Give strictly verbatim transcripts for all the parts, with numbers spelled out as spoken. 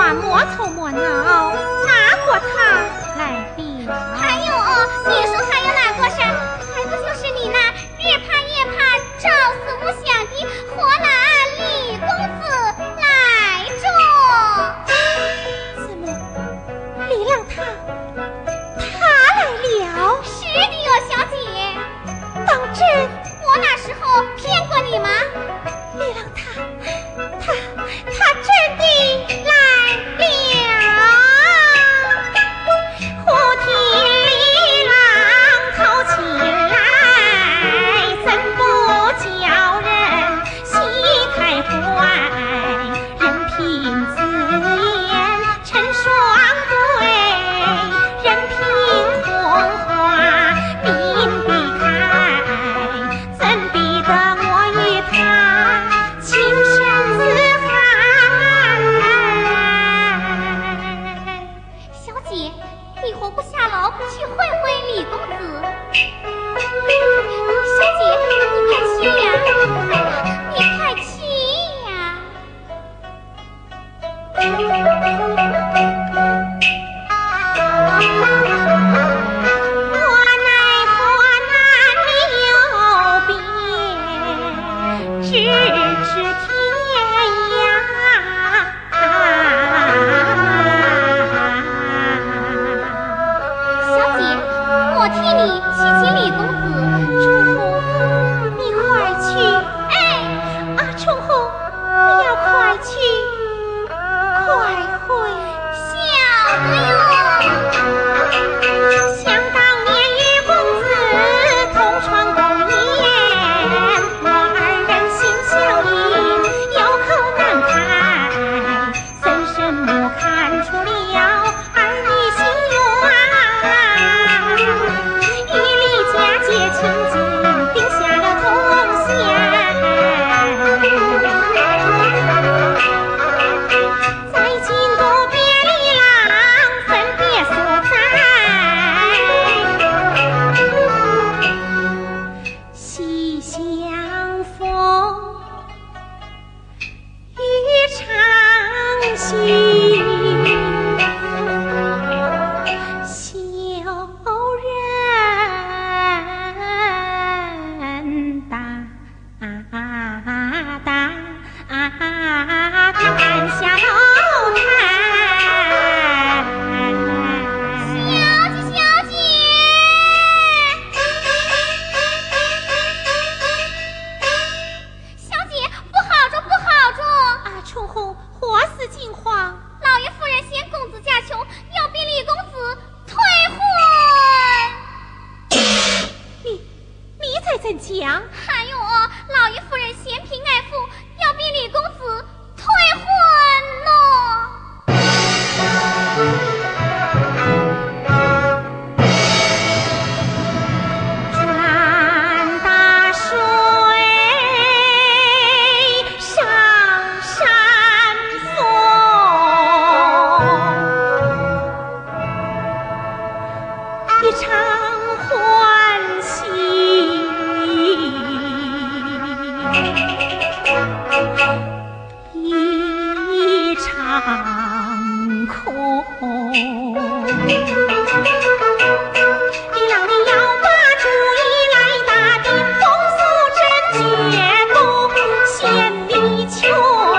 话莫愁莫恼，拿过它来了。 还有哦，你说还有哪个事？还不就是你那日怕夜怕、朝思暮想的活男李公子来着？ 怎么，李郎他他来了？ 是的哟，小姐。 当真？ 我那时候骗过你吗？ 李郎他他他真的来了。忽听李郎头起来，怎不叫人喜开怀？任凭自言成双对，任凭红花鬓比开，怎比得我与他情深似海？ 小姐，你活不下楼去会会李公子。小姐，你快去呀！哎呀，你快去呀！ 我乃河南刘辩，咫尺天涯。 小姐，我替你去请李公子。 冲红，你快去！ 哎， 啊，冲红，你要快去，快回！ 小的哟。 想当年与公子同窗共宴，我二人心相印，有口难开，怎什么看出了儿女心愿？与李家结亲近，定下了同弦。在京都别李郎分别所在，西相逢与长行，修人大大看下楼台。 小姐，小姐，小姐，不好着，不好着！ 啊，冲红，祸死惊慌！ 老爷夫人嫌公子家穷，要逼李公子退婚。 你你在怎讲？ 还有哦，老爷夫人嫌贫爱富，要逼李公子退婚喽。 转大水上山峰，一场欢喜，一场空。李郎你要把主意来打定，风俗真绝不嫌你穷。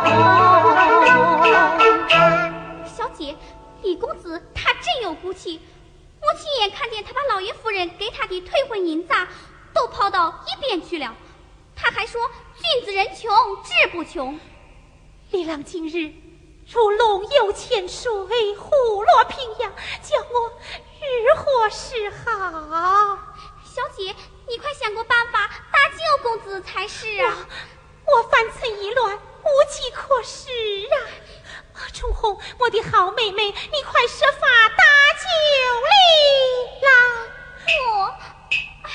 小姐，李公子他真有骨气，我亲眼看见他把老爷夫人给他的退婚银子都抛到一边去了。他还说君子人穷志不穷。 李郎今日如龙游千水，虎落平阳，叫我如何是好？ 小姐，你快想个办法搭救公子才是啊！ 我我凡尘已乱，无计可施啊！啊，冲红，我的好妹妹，你快设法搭救李郎！ 我，哎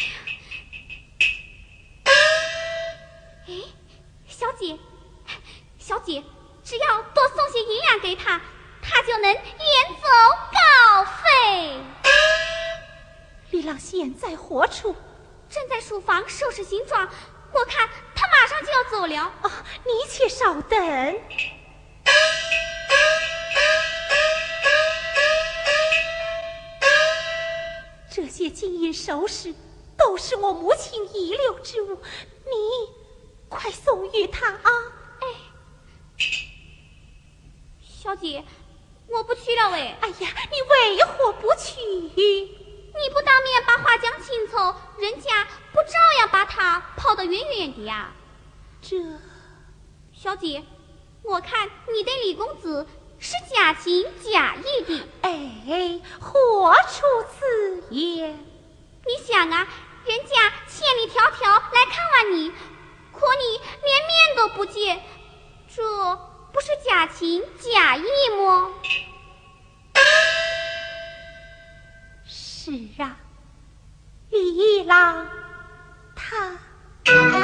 呀，哎，小姐，小姐，只要多送些银两给他，他就能远走高飞。 李郎现在何处？ 正在书房收拾行装，我看他马上就要走了。 啊，你且稍等。 这些金银首饰都是我母亲遗留之物，你快送与她啊！ 哎，小姐，我不去了哎。 哎呀，你为何不去？ 你不当面把话讲清楚，人家不照样把他抛得远远的呀？ 这， 小姐，我看你对李公子是假情假意的。 哎，何出此言？ 你想啊，人家千里迢迢来看望你，可你连面都不见，这不是假情假意吗？ 是啊，李郎他。